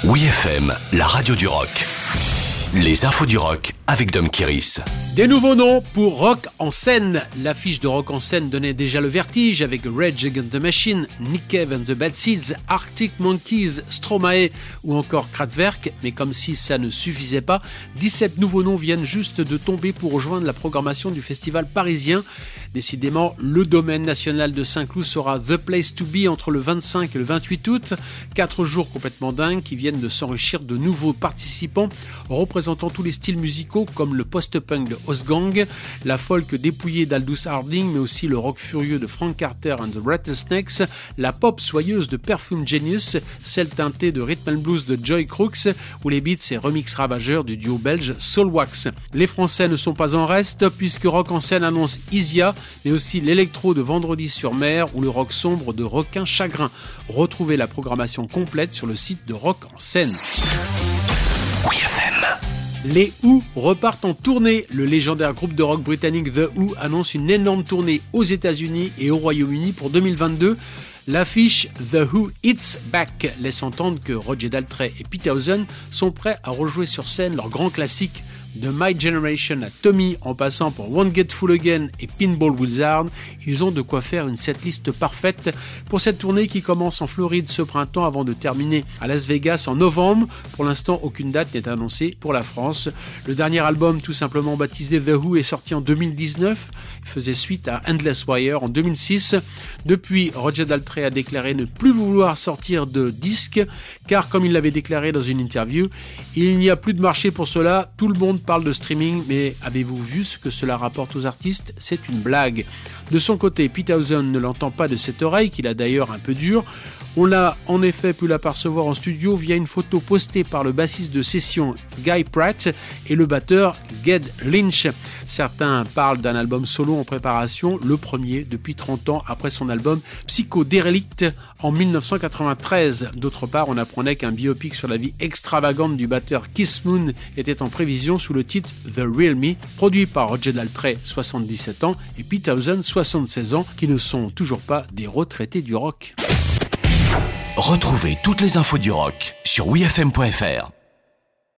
Oui FM, la radio du rock. Les infos du rock avec Dom Kiris. Des nouveaux noms pour Rock en scène. L'affiche de Rock en scène donnait déjà le vertige avec Rage Against the Machine, Nick Cave and the Bad Seeds, Arctic Monkeys, Stromae ou encore Kraftwerk. Mais comme si ça ne suffisait pas, 17 nouveaux noms viennent juste de tomber pour rejoindre la programmation du festival parisien. Décidément, le domaine national de Saint-Cloud sera The Place to Be entre le 25 et le 28 août. 4 jours complètement dingues qui viennent de s'enrichir de nouveaux participants représentant tous les styles musicaux comme le post-punk de Osgang, la folk dépouillée d'Aldous Harding, mais aussi le rock furieux de Frank Carter and the Rattlesnakes, la pop soyeuse de Perfume Genius, celle teintée de rhythm and blues de Joy Crooks, ou les beats et remix ravageurs du duo belge Soulwax. Les Français ne sont pas en reste, puisque Rock en scène annonce Isia, mais aussi l'électro de Vendredi sur Mer ou le rock sombre de Requin Chagrin. Retrouvez la programmation complète sur le site de Rock en scène. Oui FM. Les Who repartent en tournée. Le légendaire groupe de rock britannique The Who annonce une énorme tournée aux États-Unis et au Royaume-Uni pour 2022. L'affiche The Who It's Back laisse entendre que Roger Daltrey et Pete Townshend sont prêts à rejouer sur scène leur grand classique. De My Generation à Tommy, en passant pour Won't Get Full Again et Pinball Wizard, ils ont de quoi faire une setlist parfaite pour cette tournée qui commence en Floride ce printemps avant de terminer à Las Vegas en novembre. Pour l'instant, aucune date n'est annoncée pour la France. Le dernier album, tout simplement baptisé The Who, est sorti en 2019. Il faisait suite à Endless Wire en 2006. Depuis, Roger Daltrey a déclaré ne plus vouloir sortir de disque, car comme il l'avait déclaré dans une interview, il n'y a plus de marché pour cela, tout le monde parle de streaming, mais avez-vous vu ce que cela rapporte aux artistes ? C'est une blague. De son côté, Pete Townshend ne l'entend pas de cette oreille, qu'il a d'ailleurs un peu dure. On l'a en effet pu l'apercevoir en studio via une photo postée par le bassiste de session Guy Pratt et le batteur Ged Lynch. Certains parlent d'un album solo en préparation, le premier depuis 30 ans après son album Psycho Derelict en 1993. D'autre part, on apprenait qu'un biopic sur la vie extravagante du batteur Keith Moon était en prévision sous le titre The Real Me, produit par Roger Daltrey, 77 ans, et Pete Townshend, 76 ans, qui ne sont toujours pas des retraités du rock. Retrouvez toutes les infos du rock sur wifm.fr.